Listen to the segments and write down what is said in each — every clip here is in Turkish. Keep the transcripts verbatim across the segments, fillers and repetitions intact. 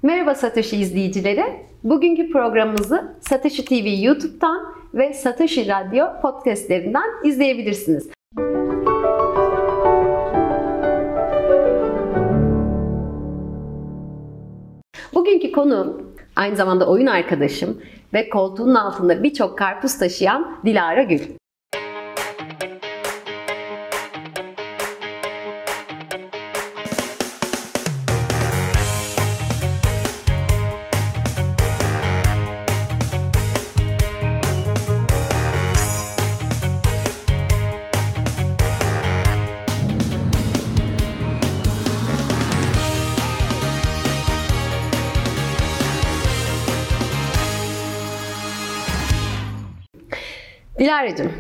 Merhaba Satoshi izleyicileri. Bugünkü programımızı Satoshi T V YouTube'dan ve Satoshi Radyo podcastlerinden izleyebilirsiniz. Bugünkü konuğum aynı zamanda oyun arkadaşım ve koltuğunun altında birçok karpuz taşıyan Dilara Gül. Dilara'cığım,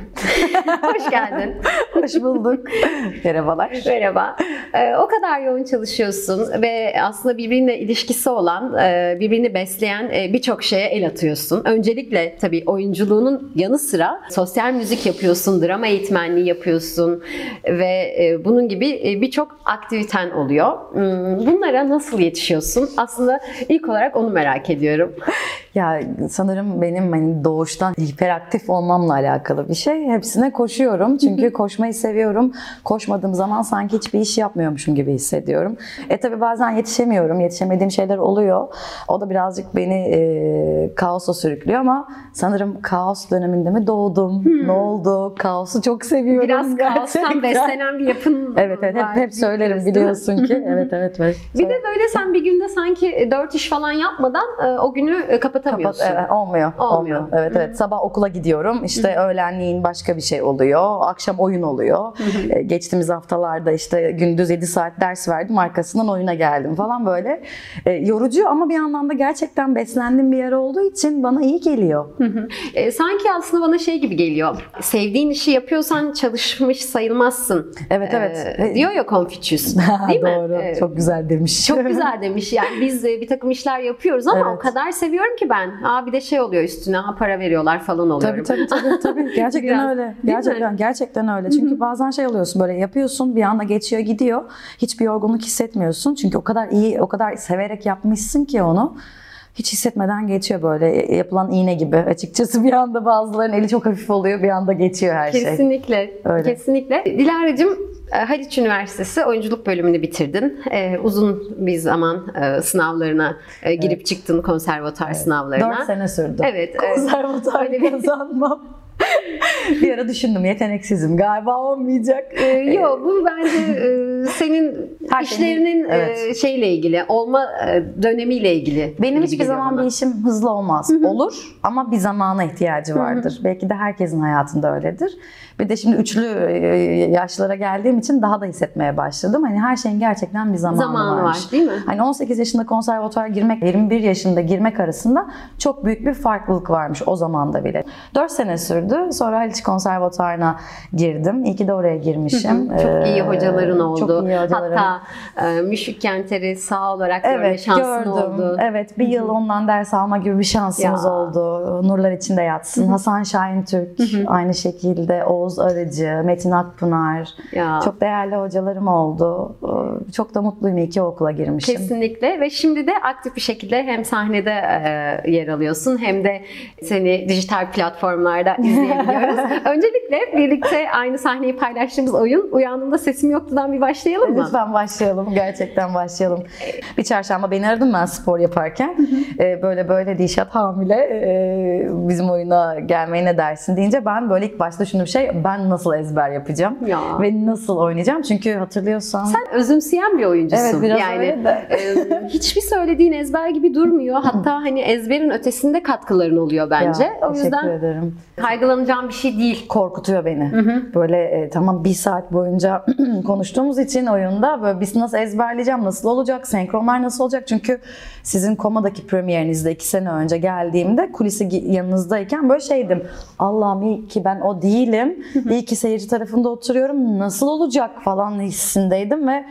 hoş geldin. Hoş bulduk. Merhabalar. Merhaba. Ee, o kadar yoğun çalışıyorsun ve aslında birbirine ilişkisi olan, birbirini besleyen birçok şeye el atıyorsun. Öncelikle tabii oyunculuğunun yanı sıra sosyal müzik yapıyorsun, drama eğitmenliği yapıyorsun ve bunun gibi birçok aktiviten oluyor. Bunlara nasıl yetişiyorsun? Aslında ilk olarak onu merak ediyorum. Ya sanırım benim hani doğuştan hiperaktif olmamla alakalı bir şey. Hepsine koşuyorum. Çünkü koşmayı seviyorum. Koşmadığım zaman sanki hiçbir iş yapmıyormuşum gibi hissediyorum. E tabii bazen yetişemiyorum. Yetişemediğim şeyler oluyor. O da birazcık beni e, kaosa sürüklüyor ama sanırım kaos döneminde mi doğdum? Hmm. Ne oldu? Kaosu çok seviyorum. Biraz kaostan beslenen bir yapın Evet evet hep, hep söylerim biliyorsun ki. Evet evet. evet. Bir de böyle sen bir günde sanki dört iş falan yapmadan o günü kapatamıyorsun. Kapat, evet, olmuyor. Olmuyor. Olmuyor. Evet evet. Hı. Sabah okula gidiyorum. İşte Hı. öğlenleyin başka bir şey oluyor. Akşam oyun oluyor. Hı. Geçtiğimiz haftalarda işte gündüz yedi saat ders verdim. Arkasından oyuna geldim falan böyle. E, yorucu ama bir yandan da gerçekten beslendiğim bir yer olduğu için bana iyi geliyor. Hı hı. E, sanki aslında bana şey gibi geliyor. Sevdiğin işi yapıyorsan çalışmış sayılmazsın. Evet evet. E, diyor ya Confucius. Değil mi? Doğru. Evet. Çok güzel demiş. Çok güzel demiş. Yani biz bir takım işler yapıyoruz ama evet. o kadar seviyorum ki ben. Aa bir de şey oluyor üstüne, ha para veriyorlar falan oluyorum. Tabii tabii tabii. tabii. Gerçekten Biraz, öyle. Gerçekten gerçekten öyle. Çünkü bazen şey oluyorsun böyle yapıyorsun bir anda geçiyor gidiyor. Hiçbir yorgunluk hissetmiyorsun. Çünkü o kadar iyi, o kadar severek yapmışsın ki onu. Hiç hissetmeden geçiyor böyle yapılan iğne gibi. Açıkçası bir anda bazılarının eli çok hafif oluyor, bir anda geçiyor her kesinlikle, şey. Kesinlikle. Öyle. Kesinlikle. Dilara'cığım Haliç Üniversitesi oyunculuk bölümünü bitirdin. Ee, uzun bir zaman e, sınavlarına e, girip evet. çıktın, konservatuar evet. sınavlarına. Dört sene sürdü. Evet. Konservatuar e, kazanmam. Bir ara düşündüm yeteneksizim galiba olmayacak. Ee, yok bu bence e, senin Her işlerinin evet. e, şeyle ilgili olma e, dönemiyle ilgili. Benim hiçbir zaman bana. bir işim hızlı olmaz. Hı-hı. Olur ama bir zamana ihtiyacı vardır. Hı-hı. Belki de herkesin hayatında öyledir. Bir de şimdi üçlü yaşlara geldiğim için daha da hissetmeye başladım. Hani her şeyin gerçekten bir zamanı, zamanı varmış. var değil mi? Hani on sekiz yaşında konservatuara girmek, yirmi bir yaşında girmek arasında çok büyük bir farklılık varmış o zamanda bile. dört sene sürdü. Sonra Haliç Konservatuarı'na girdim. İyi ki de oraya girmişim. Hı hı, çok iyi hocaların oldu. Çok iyi hocalarım. Hatta e, Müşfik Kenter'i sağ olarak evet, görme şansın gördüm. oldu. Evet, bir yıl ondan ders alma gibi bir şansımız ya. oldu. Nurlar içinde yatsın. Hı hı. Hasan Şahin Türk, hı hı. aynı şekilde Oğuz Arıcı, Metin Akpınar. Ya. Çok değerli hocalarım oldu. Çok da mutluyum. İyi ki okula girmişim. Kesinlikle ve şimdi de aktif bir şekilde hem sahnede e, yer alıyorsun hem de seni dijital platformlarda izleyebiliyoruz. Öncelikle birlikte aynı sahneyi paylaştığımız oyun Uyandığımda Sesim Yoktu'dan bir başlayalım mı? Lütfen başlayalım. Gerçekten başlayalım. Bir çarşamba beni aradım ben spor yaparken. Ee, böyle böyle Dişat hamile e, bizim oyuna gelmeye ne dersin deyince ben böyle ilk başta düşündüğüm şey ben nasıl ezber yapacağım ya. ve nasıl oynayacağım? Çünkü hatırlıyorsan... Sen özümseyen bir oyuncusun. Evet biraz yani, öyle de. e, hiçbir söylediğin ezber gibi durmuyor. Hatta hani ezberin ötesinde katkıların oluyor bence. Ya, o yüzden ederim. kaygılanacağım bir şey değil. Korkutuyor beni. Hı hı. Böyle e, tamam bir saat boyunca konuştuğumuz için oyunda böyle biz nasıl ezberleyeceğim, nasıl olacak, senkronlar nasıl olacak? Çünkü sizin Koma'daki premierinizde iki sene önce geldiğimde kulisi yanınızdayken böyle şeydim. Allah'ım iyi ki ben o değilim. İyi ki seyirci tarafında oturuyorum. Nasıl olacak falan hissindeydim ve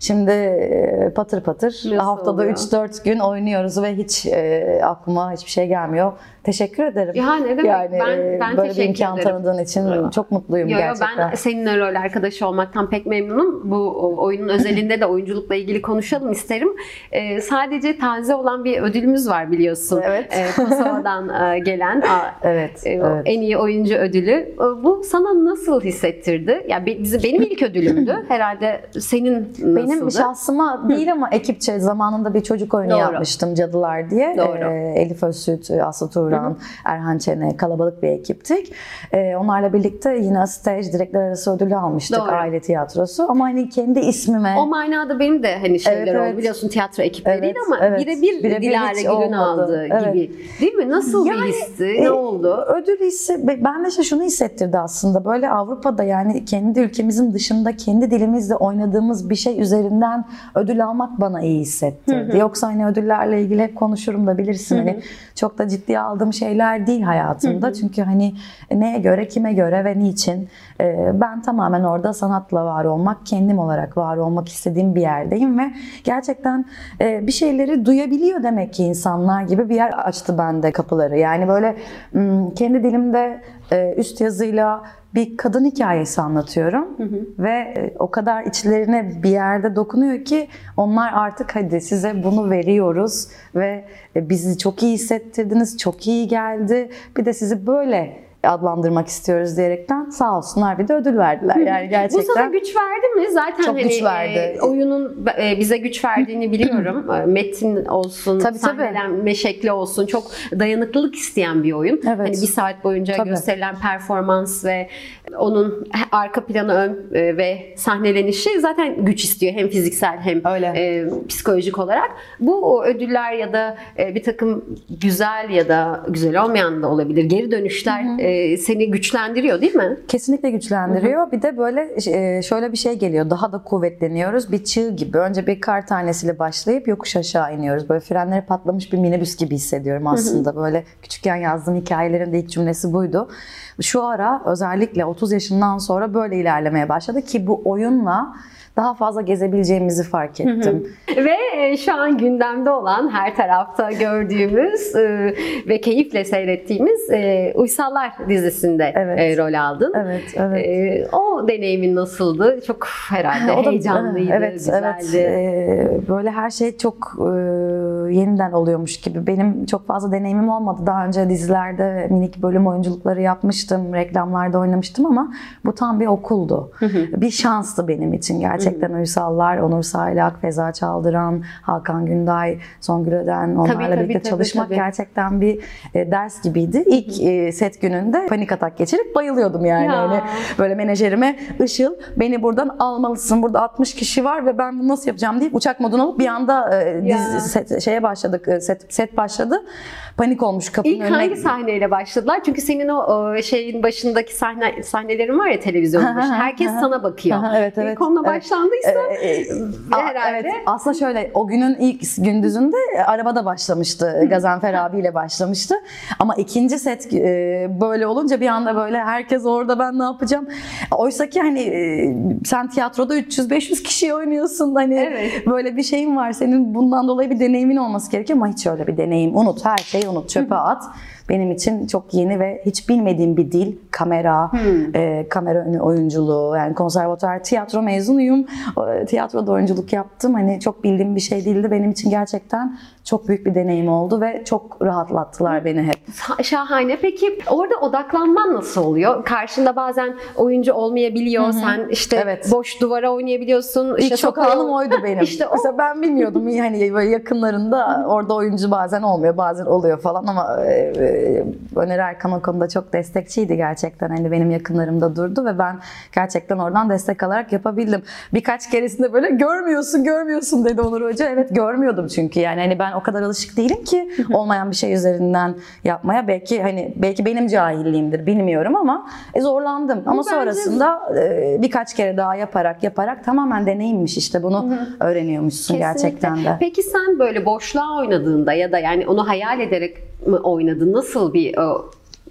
Şimdi e, patır patır Nasıl haftada oluyor? üç dört gün oynuyoruz ve hiç e, aklıma hiçbir şey gelmiyor. Teşekkür ederim. Ya ne demek? Yani Ben- e, ben böyle bir teşekkür imkan ederim. tanıdığın için çok mutluyum Yo, yo, gerçekten. ben seninle rol arkadaşı olmaktan pek memnunum. Bu oyunun özelinde de oyunculukla ilgili konuşalım isterim. Ee, sadece taze olan bir ödülümüz var biliyorsun. Evet. Ee, Kosova'dan e, gelen a, Evet, e, evet. en iyi oyuncu ödülü. E, Bu sana nasıl hissettirdi? Ya be- bizim benim ilk ödülümdü. Herhalde senin nasıldı? Benim şahsıma değil ama ekipçe zamanında bir çocuk oyunu Doğru. yapmıştım Cadılar diye. Doğru. Ee, Elif Özsüt, Aslı Turan, Erhan Çene kalabalık bir ekiptik. Ee, onlarla birlikte yine stage direktler arası ödülü almıştık, Doğru. aile tiyatrosu. Ama hani kendi ismime O manada benim de hani şeyler Evet, evet. oldu. Biliyorsun tiyatro ekipleriydi Evet, ama evet. birebir Birebir Dilara hiç Gül'ün olmadı. aldığı Evet. gibi. Değil mi? Nasıl Yani, bir histi? e, Ne oldu? Ödül hissi, ben de işte şunu hissettirdi aslında. Böyle Avrupa'da yani kendi ülkemizin dışında kendi dilimizle oynadığımız bir şey üzerinden ödül almak bana iyi hissettirdi. Hı hı. Yoksa hani ödüllerle ilgili hep konuşurum da bilirsin. Hı hı. Hani çok da ciddiye aldığım şeyler değil hayatımda. Hı hı. Çünkü hani neye göre, kime göre ve niçin? Ee, ben tamamen orada sanatla var olmak, kendim olarak var olmak istediğim bir yerdeyim ve gerçekten e, bir şeyleri duyabiliyor demek ki insanlar gibi bir yer açtı bende kapıları. Yani böyle m, kendi dilimde e, üst yazıyla bir kadın hikayesi anlatıyorum Hı hı. ve e, o kadar içlerine bir yerde dokunuyor ki onlar artık hadi size bunu veriyoruz ve e, bizi çok iyi hissettirdiniz, çok iyi geldi. Bir de sizi böyle adlandırmak istiyoruz diyerekten sağ olsunlar bir de ödül verdiler. Yani gerçekten. Bu sana güç verdi mi? Zaten Çok hani güç verdi. e, oyunun e, bize güç verdiğini biliyorum. E, Metin olsun, Tabii, tabii. sahnelenme şekli olsun. Çok dayanıklılık isteyen bir oyun. Evet. Hani bir saat boyunca Tabii. gösterilen performans ve onun arka planı ön e, ve sahnelenişi zaten güç istiyor. Hem fiziksel hem Öyle. e, psikolojik olarak. Bu o ödüller ya da e, bir takım güzel ya da güzel olmayan da olabilir. Geri dönüşler e, seni güçlendiriyor değil mi? Kesinlikle güçlendiriyor. Bir de böyle e, şöyle bir şey geliyor. Daha da kuvvetleniyoruz. Bir çığ gibi. Önce bir kar tanesiyle başlayıp yokuş aşağı iniyoruz. Böyle frenleri patlamış bir minibüs gibi hissediyorum aslında. Böyle küçükken yazdığım hikayelerin de ilk cümlesi buydu. Şu ara özellikle otuz yaşından sonra böyle ilerlemeye başladı ki bu oyunla daha fazla gezebileceğimizi fark ettim. Ve e, şu an gündemde olan, her tarafta gördüğümüz e, ve keyifle seyrettiğimiz e, Uysallar dizisinde Evet. e, rol aldın. Evet, evet. E, o deneyimin nasıldı? Çok herhalde O da- heyecanlıydı, evet, güzeldi. Evet, Ee, böyle her şey çok e, yeniden oluyormuş gibi. Benim çok fazla deneyimim olmadı. Daha önce dizilerde minik bölüm oyunculukları yapmıştım, reklamlarda oynamıştım ama bu tam bir okuldu. Bir şanstı benim için gerçekten. Uysallar, Onur Saylak, Feza Çaldıran, Hakan Günday, Songül Öden onlarla Tabii, tabii, birlikte tabii, çalışmak tabii. gerçekten bir e, ders gibiydi. İlk e, set gününde panik atak geçirip bayılıyordum yani. Ya. Hani böyle menajerime Işıl beni buradan almalısın. Burada altmış kişi var ve ben bunu nasıl yapacağım deyip uçak modunu alıp bir anda e, Ya. dizi, set, şeye başladık. e, Set, set başladı. Panik olmuş kapının İlk önüne. hangi sahneyle başladılar? Çünkü senin o, o şeyin başındaki sahne sahnelerin var ya televizyonun başı. Herkes sana bakıyor. Evet, evet. İlk onunla Evet. başlandıysa Ee, e, a- herhalde. Evet. Aslında şöyle o günün ilk gündüzünde e, arabada başlamıştı. Gazanfer abiyle başlamıştı. Ama ikinci set e, böyle olunca bir anda böyle herkes orada ben ne yapacağım? Oysa ki hani e, sen tiyatroda üç yüz beş yüz kişi oynuyorsun. Hani Evet. böyle bir şeyin var. Senin bundan dolayı bir deneyimin olması gerekiyor ama hiç öyle bir deneyim. Unut her şeyi unut. Çöpe at. Benim için çok yeni ve hiç bilmediğim bir dil. Kamera, e, kamera önü oyunculuğu. Yani konservatuar tiyatro mezunuyum. O, tiyatroda oyunculuk yaptım. Hani çok bildiğim bir şey değildi. Benim için gerçekten çok büyük bir deneyim oldu ve çok rahatlattılar beni hep. Şahane. Peki orada odaklanman nasıl oluyor? Karşında bazen oyuncu olmayabiliyor. Sen işte Evet. boş duvara oynayabiliyorsun. İşte İlk şok sokağa- anım oydu benim. İşte o. Mesela ben bilmiyordum hani böyle yakınlarında orada oyuncu bazen olmuyor, bazen oluyor falan ama e, e, Öner Erkan o konuda çok destekçiydi gerçekten. Hani benim yakınlarımda durdu ve ben gerçekten oradan destek alarak yapabildim. Birkaç keresinde böyle görmüyorsun, görmüyorsun dedi Onur Hoca. Evet görmüyordum çünkü yani hani ben o kadar alışık değilim ki olmayan bir şey üzerinden yapmaya. Belki hani belki benim cahilliğimdir bilmiyorum ama e, zorlandım. Ama bence- sonrasında e, birkaç kere daha yaparak yaparak tamamen deneyimmiş işte bunu öğreniyormuşsun Kesinlikle. gerçekten de. Peki sen böyle boşluğa oynadığında ya da yani onu hayal ederek mi oynadın? Nasıl bir o,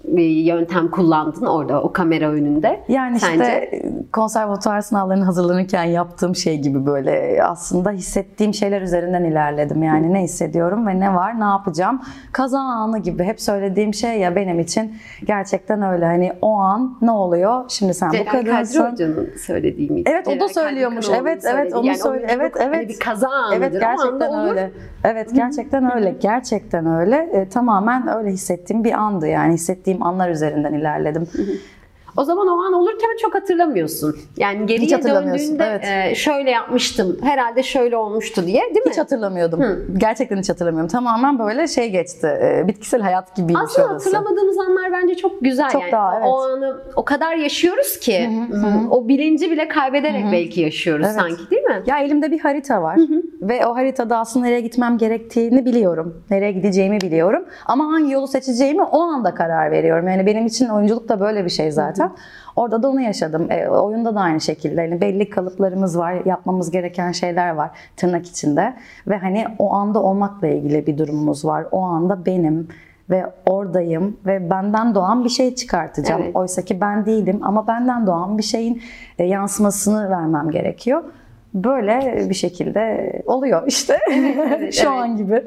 bir yöntem kullandın orada o kamera önünde? Yani işte Sence? konservatuar sınavlarını hazırlanırken yaptığım şey gibi böyle aslında hissettiğim şeyler üzerinden ilerledim. Yani ne hissediyorum ve ne var, ne yapacağım? Kaza anı gibi hep söylediğim şey ya benim için gerçekten öyle. Hani o an ne oluyor? Şimdi sen Celal bu kadınsın. Kadri Hoca'nın söylediği miydi? Evet, o da Celal söylüyormuş. Kadri Evet, Kanalı'nın evet, onu söylediği. söyle. Yani Evet, oyunculuk evet. hani bir kaza anıdır. Evet, O anda gerçekten olur. öyle. Evet, gerçekten öyle. Gerçekten öyle. E, tamamen öyle hissettiğim bir andı. Yani hissettiğim anlar üzerinden ilerledim. O zaman o an olurken çok hatırlamıyorsun. Yani geriye Hiç hatırlamıyorsun, döndüğünde evet. e, şöyle yapmıştım, herhalde şöyle olmuştu diye, değil mi? Hiç hatırlamıyordum. Gerçekten hiç hatırlamıyorum. Tamamen böyle şey geçti. e, Bitkisel hayat gibiymiş Aslında orası. hatırlamadığımız anlar bence çok güzel. Çok yani daha, evet. O anı o kadar yaşıyoruz ki o bilinci bile kaybederek belki yaşıyoruz Evet. sanki, değil mi? Ya elimde bir harita var ve o haritada aslında nereye gitmem gerektiğini biliyorum. Nereye gideceğimi biliyorum. Ama hangi yolu seçeceğimi o anda karar veriyorum. Yani benim için oyunculuk da böyle bir şey zaten. Orada da onu yaşadım. E, oyunda da aynı şekilde. Yani belli kalıplarımız var, yapmamız gereken şeyler var tırnak içinde. Ve hani o anda olmakla ilgili bir durumumuz var. O anda benim ve oradayım ve benden doğan bir şey çıkartacağım. Evet. Oysa ki ben değilim ama benden doğan bir şeyin e, yansımasını vermem gerekiyor. Böyle bir şekilde oluyor işte. evet, Şu evet. an gibi.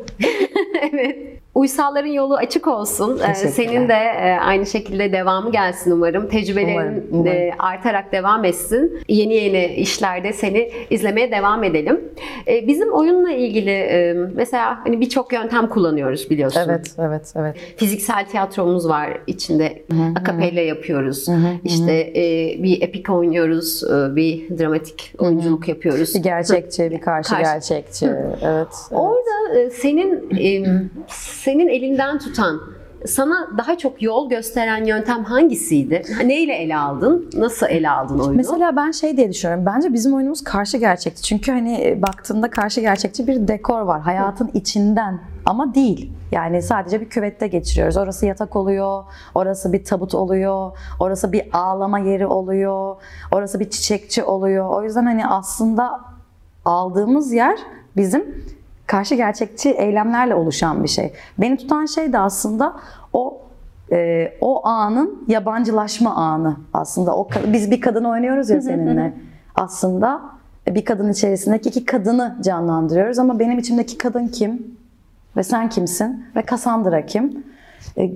Evet. Uysalların yolu açık olsun. Ee, Teşekkürler. Senin de e, aynı şekilde devamı gelsin umarım. Tecrübelerin Umarım, umarım. de artarak devam etsin. Yeni yeni işlerde seni izlemeye devam edelim. Ee, Bizim oyunla ilgili e, mesela hani birçok yöntem kullanıyoruz, biliyorsun. Evet, evet, evet. Fiziksel tiyatromuz var, içinde akapella yapıyoruz. İşte e, bir epik oynuyoruz, e, bir dramatik oyunculuk yapıyoruz. Bir gerçekçi, bir karşı, Karşı. gerçekçi. Evet. evet. Orada e, senin e, senin elinden tutan, sana daha çok yol gösteren yöntem hangisiydi? Neyle ele aldın? Nasıl ele aldın oyunu? Mesela ben şey diye düşünüyorum. Bence bizim oyunumuz karşı gerçekçi. Çünkü hani baktığında karşı gerçekçi bir dekor var. Hayatın içinden ama değil. Yani sadece bir küvette geçiriyoruz. Orası yatak oluyor, orası bir tabut oluyor, orası bir ağlama yeri oluyor, orası bir çiçekçi oluyor. O yüzden hani aslında aldığımız yer bizim karşı gerçekçi eylemlerle oluşan bir şey. Beni tutan şey de aslında o e, o anın yabancılaşma anı aslında. O biz bir kadın oynuyoruz ya seninle. Aslında bir kadın içerisindeki iki kadını canlandırıyoruz ama benim içimdeki kadın kim? Ve sen kimsin? Ve Cassandra kim? E,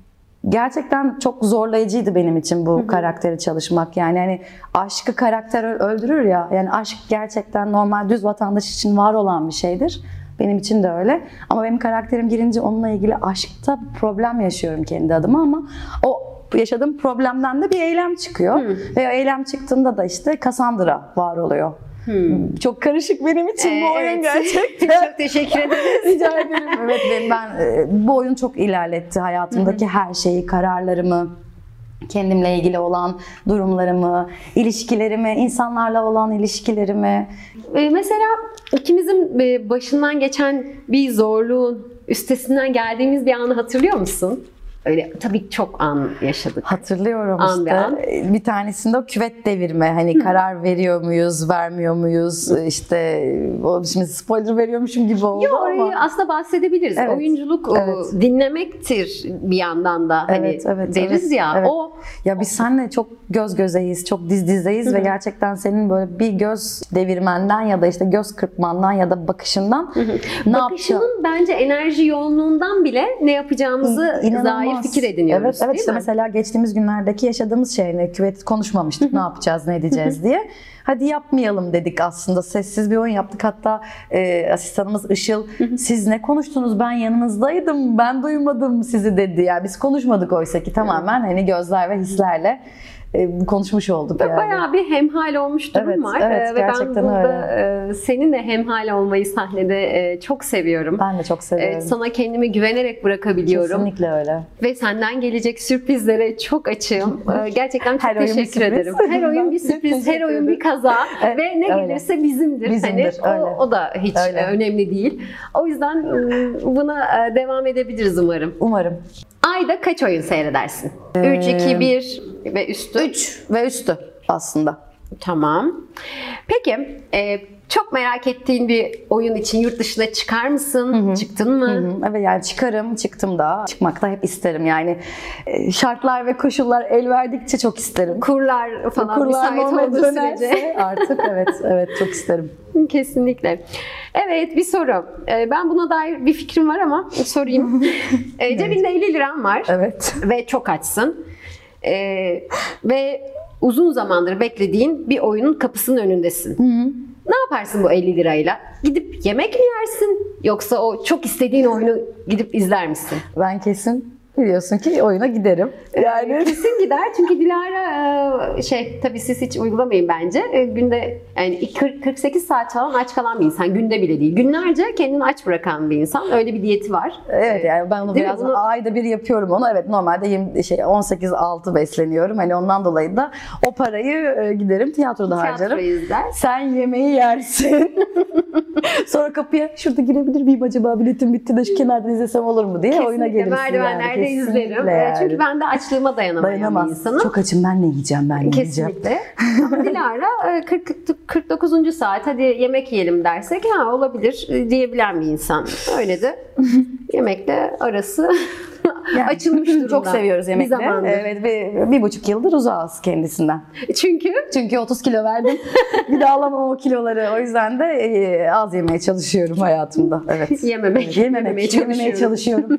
gerçekten çok zorlayıcıydı benim için bu karakteri çalışmak. Yani hani aşkı karakter öldürür ya. Yani aşk gerçekten normal düz vatandaş için var olan bir şeydir. Benim için de öyle. Ama benim karakterim girince onunla ilgili aşkta problem yaşıyorum kendi adıma ama o yaşadığım problemden de bir eylem çıkıyor. Hmm. Ve o eylem çıktığında da işte Cassandra var oluyor. Hmm. Çok karışık benim için ee, bu oyun evet. gerçekten. Çok teşekkür ederiz. Rica ederim. Evet, ben, ben bu oyun çok ilerletti hayatımdaki her şeyi, kararlarımı, kendimle ilgili olan durumlarımı, ilişkilerimi, insanlarla olan ilişkilerimi. Ee, mesela ikimizin başından geçen bir zorluğun üstesinden geldiğimiz bir anı hatırlıyor musun? Öyle tabii çok an yaşadık. Hatırlıyorum an işte. An. Bir tanesinde o küvet devirme. Hani karar veriyor muyuz, vermiyor muyuz? İşte o şimdi spoiler veriyormuşum gibi oldu Yo, ama. Orayı aslında bahsedebiliriz. Evet. Oyunculuk evet. dinlemektir bir yandan da. Hani evet, evet, deriz evet, ya. Evet. O ya biz seninle çok göz gözeyiz, çok diz dizeyiz ve gerçekten senin böyle bir göz devirmenden ya da işte göz kırpmandan ya da bakışından ne Bakışının yapacağım? Bence enerji yoğunluğundan bile ne yapacağımızı dair fikir ediniyoruz. Evet, evet işte mi? Mesela geçtiğimiz günlerdeki yaşadığımız şey, küvet konuşmamıştık, ne yapacağız, ne edeceğiz diye. Hadi yapmayalım dedik aslında. Sessiz bir oyun yaptık. Hatta e, asistanımız Işıl, siz ne konuştunuz? Ben yanınızdaydım, ben duymadım sizi dedi. Yani biz konuşmadık oysa ki tamamen hani gözler ve hislerle konuşmuş olduk yani. Bayağı bir hemhal olmuş durum evet, var. Evet, ve gerçekten ben burada öyle. seninle hemhal olmayı sahnede çok seviyorum. Ben de çok seviyorum. Sana kendimi güvenerek bırakabiliyorum. Kesinlikle öyle. Ve senden gelecek sürprizlere çok açığım. Gerçekten çok her teşekkür ederim. Her oyun bir sürpriz, her oyun bir kaza evet, ve ne öyle. gelirse bizimdir. Bizimdir, hani o, o da hiç öyle. önemli değil. O yüzden buna devam edebiliriz umarım. Umarım. Ayda kaç oyun seyredersin? Ee, üç, iki, bir ve üstü. üç ve üstü aslında. Tamam. Peki, e, çok merak ettiğin bir oyun için yurt dışına çıkar mısın? Hı hı. Çıktın mı? Hı hı. Evet yani çıkarım, çıktım da. Çıkmak da hep isterim yani. E, Şartlar ve koşullar el verdikçe çok isterim. Kurlar falan Kurlar müsait normale olduğu dönerse sürece. artık evet, evet çok isterim. Kesinlikle. Evet, bir soru. Ee, Ben buna dair bir fikrim var ama sorayım. Ee, Cebinde elli liran var Evet. ve çok açsın. Ee, Ve uzun zamandır beklediğin bir oyunun kapısının önündesin. Ne yaparsın bu elli lirayla? Gidip yemek mi yersin? Yoksa o çok istediğin oyunu gidip izler misin? Ben kesin biliyorsun ki oyuna giderim. Yani Kesin gider çünkü Dilara e, şey tabii siz hiç uygulamayın bence. E, Günde yani kırk kırk sekiz saat falan aç kalan bir insan. Günde bile değil. Günlerce kendini aç bırakan bir insan. Öyle bir diyeti var. evet yani ben onu Değil mi? biraz Bunu- ayda bir yapıyorum onu. Evet normalde yirmi, şey on sekiz altı besleniyorum. Hani ondan dolayı da o parayı e, giderim tiyatroda harcarım. Tiyatroyu izler. Sen yemeği yersin. Sonra kapıya şurada girebilir miyim acaba biletim bitti de şu kenardan izlesem olur mu diye oyuna Kesinlikle gelirsin merdivenlerde yani. izlerim. Kesinlikle E, yani. Çünkü ben de açlığıma dayanamayan bir Dayanamaz. insanım. Çok açım ben ne yiyeceğim ben ne yiyeceğim. Kesinlikle. Ama Dilara e, kırk kırk dokuzuncu saat hadi yemek yiyelim dersek ha olabilir e, diyebilen bir insan. Öyle de yemekle arası Yani açılmış durumda. Çok seviyoruz Bir yemekle. zamandır. Evet bir, bir buçuk yıldır uzağız kendisinden. Çünkü Çünkü otuz kilo verdim. Bir daha alamam o kiloları. O yüzden de e, az yemeye çalışıyorum hayatımda. Evet. yememek, Yememek, yememeye çalışıyorum.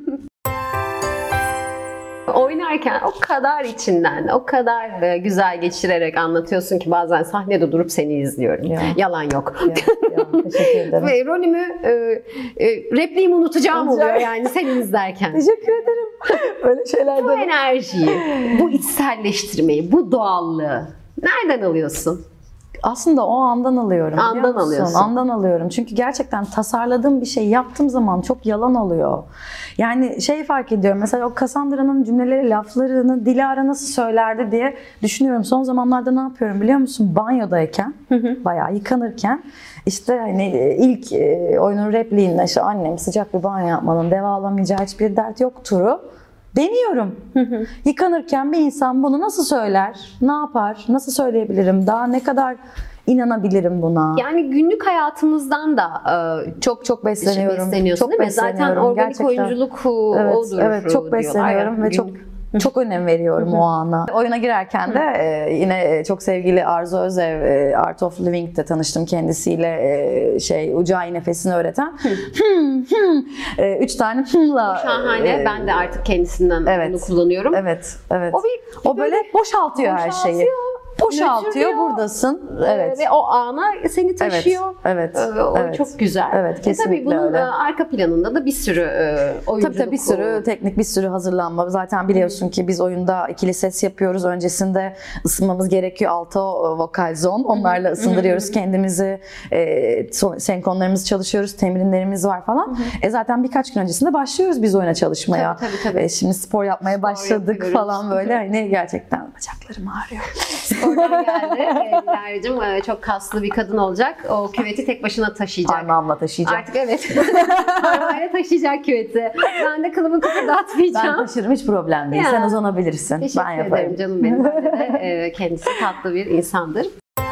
Oynarken o kadar içinden, o kadar e, güzel geçirerek anlatıyorsun ki bazen sahnede durup seni izliyorum. Ya. Yalan yok. ya, ya, teşekkür ederim. Ve rolümü, e, e, repliğimi unutacağım Unutacağım. oluyor yani seni izlerken. Teşekkür ederim. Böyle Bu şeylerden. enerjiyi, bu içselleştirmeyi, bu doğallığı nereden alıyorsun? Aslında o andan alıyorum. biliyor Andan musun? alıyorsun. Andan alıyorum. Çünkü gerçekten tasarladığım bir şey yaptığım zaman çok yalan oluyor. Yani şey fark ediyorum. Mesela o Cassandra'nın cümleleri, laflarını Dilara nasıl söylerdi diye düşünüyorum. Son zamanlarda ne yapıyorum biliyor musun? Banyodayken, bayağı yıkanırken işte hani ilk e, oyunun repliğinde işte annem sıcak bir banyo yapmanın deva alamayacağı hiçbir dert yoktur'u deniyorum. Yıkanırken bir insan bunu nasıl söyler? Ne yapar? Nasıl söyleyebilirim? Daha ne kadar inanabilirim buna? Yani günlük hayatımızdan da e, Çok çok besleniyorum. besleniyorsun çok değil mi? Zaten besleniyorum, organik gerçekten. oyunculuk e, Evet, odur evet çok diyorlar besleniyorum ya. ve çok çok önem veriyorum o ana. Oyuna girerken de e, yine çok sevgili Arzu Özev, e, Art of Living'de tanıştım kendisiyle e, şey Ucayi nefesini öğreten. Hmm, hmm. E, üç tane hımla. Şahane. e, Ben de artık kendisinden evet. bunu kullanıyorum. Evet, evet. O bir- o böyle boşaltıyor her şeyi. Boşaltıyor, Boşaltıyor, nötrlüyor. buradasın. Ee, Evet. Ve o ana seni taşıyor. Evet, Ee, O evet. çok güzel. Evet, E kesinlikle tabii bunun öyle. e, arka planında da bir sürü e, oyunculuk. Tabii tabii bir sürü teknik, bir sürü hazırlanma. Zaten biliyorsun ki biz oyunda ikili ses yapıyoruz. Öncesinde ısınmamız gerekiyor. Alto vokal zone. Onlarla ısındırıyoruz kendimizi. E, son- senkronlarımız çalışıyoruz. Temrinlerimiz var falan. E zaten birkaç gün öncesinde başlıyoruz biz oyuna çalışmaya. Tabii, tabii, tabii. E, şimdi spor yapmaya başladık yapıyoruz. falan böyle. Hani gerçekten bacaklarım ağrıyor. Spordan geldi. E, Dilara'cığım e, çok kaslı bir kadın olacak. O küveti tek başına taşıyacak. Parmağımla taşıyacağım. Artık evet. Parmağıyla taşıyacak küveti. Ben de kılımı kıpırdatmayacağım. Ben taşırım hiç problem değil. Ya. Sen uzanabilirsin. Teşekkür ben yaparım. ederim canım benim. Böyle de, e, kendisi tatlı bir insandır.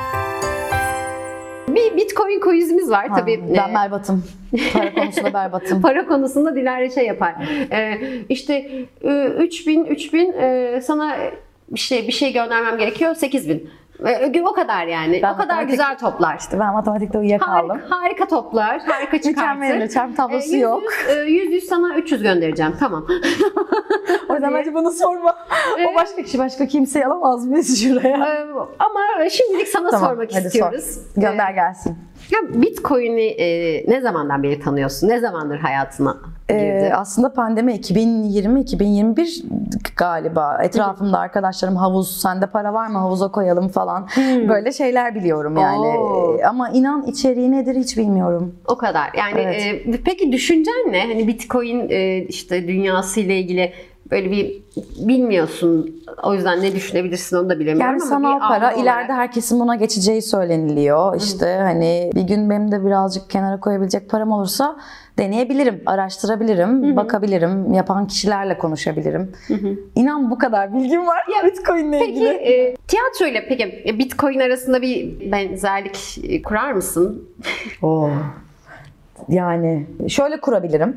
Bir Bitcoin quizimiz var Ha, tabii. ben e, berbatım. Para konusunda berbatım. Para konusunda Dilara şey yapar. Ee, işte e, üç bin, üç bin e, sana bir şey bir şey göndermem gerekiyor. sekiz bin. E, O kadar yani. Ben o kadar matematik- güzel toplar. İşte ben matematikte uyuyakaldım. Harika, harika toplar. Harika çıkartır. Mükemmel ölçem tablosu E, yüz, yok. yüz, e, yüz, yüz sana üç yüz göndereceğim. Tamam. O yüzden bence bunu sorma. Evet. O başka kişi başka kimseyi alamaz mıyız şuraya? Ee, Ama şimdilik sana Tamam, sormak hadi istiyoruz. sor. Gönder gelsin. Ya Bitcoin'i e, ne zamandan beri tanıyorsun? Ne zamandır hayatına girdi? Ee, aslında pandemi iki bin yirmi iki bin yirmi bir galiba. Etrafımda arkadaşlarım havuz, sende para var mı havuza koyalım falan. Böyle şeyler biliyorum yani. Oo. Ee, Ama inan içeriği nedir hiç bilmiyorum. O kadar. Yani Evet. e, peki düşüncen ne? Hani Bitcoin e, işte dünyası ile ilgili böyle bir bilmiyorsun. O yüzden ne düşünebilirsin onu da bilemiyorum Yani ama sanal bir para algı ileride olarak. herkesin buna geçeceği söyleniliyor. İşte hani bir gün benim de birazcık kenara koyabilecek param olursa deneyebilirim, araştırabilirim, bakabilirim, yapan kişilerle konuşabilirim. İnan bu kadar bilgim var ya Bitcoin'le Peki ilgili. e, tiyatro ile peki e, Bitcoin arasında bir benzerlik e, kurar mısın? Oo. Yani şöyle kurabilirim.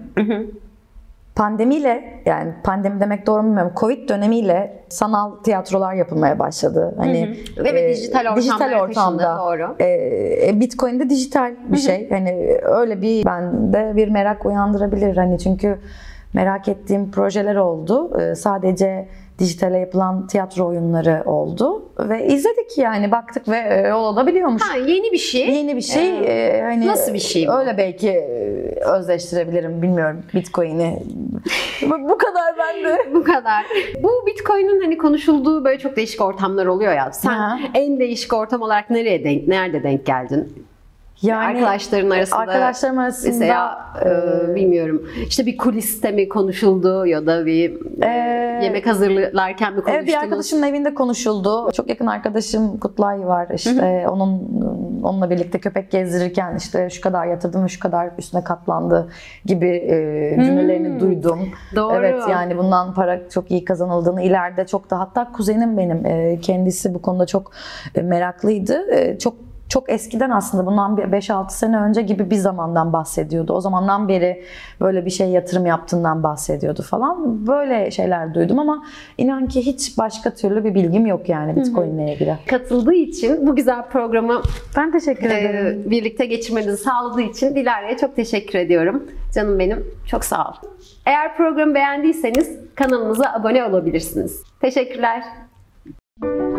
Pandemiyle, yani pandemi demek doğru mu bilmiyorum, Covid dönemiyle sanal tiyatrolar yapılmaya başladı. Hani Hı hı. Ve dijital ortamlara dijital ortamda taşındı, doğru. E, Bitcoin de dijital bir şey. Hani öyle bir bende bir merak uyandırabilir. Hani çünkü merak ettiğim projeler oldu. E, sadece dijitale yapılan tiyatro oyunları oldu ve izledik, yani baktık ve e, olabiliyormuş. Ha, yeni bir şey. Yeni bir şey. Ee, e, hani nasıl bir şey bu? Öyle belki e, özdeştirebilirim, bilmiyorum, Bitcoin'i. bu, bu kadar bende. Bu kadar. Bu Bitcoin'in hani konuşulduğu böyle çok değişik ortamlar oluyor ya. Sen Ha. en değişik ortam olarak nereye denk, nerede denk geldin? Yani Arkadaşların arasında. arkadaşlarım arasında Mesela e, bilmiyorum. İşte bir kuliste mi konuşuldu ya da bir e, yemek hazırlarken mi konuştunuz? Evet, bir arkadaşımın evinde konuşuldu. Çok yakın arkadaşım Kutlay var. İşte hı hı. onun onunla birlikte köpek gezdirirken işte şu kadar yatırdım ve şu kadar üstüne katlandı gibi e, cümlelerini hmm. duydum. Doğru. Evet, yani bundan para çok iyi kazanıldığını ileride çok da, hatta kuzenim benim e, kendisi bu konuda çok e, meraklıydı. E, çok Çok eskiden, aslında bundan beş altı sene önce gibi bir zamandan bahsediyordu. O zamandan beri böyle bir şey yatırım yaptığından bahsediyordu falan. Böyle şeyler duydum ama inan ki hiç başka türlü bir bilgim yok yani Bitcoin ile ilgili. Katıldığı için, bu güzel programı ben teşekkür ederim. E, birlikte geçirmenizi sağladığı için Dilara'ya çok teşekkür ediyorum. Canım benim, çok sağ ol. Eğer programı beğendiyseniz kanalımıza abone olabilirsiniz. Teşekkürler.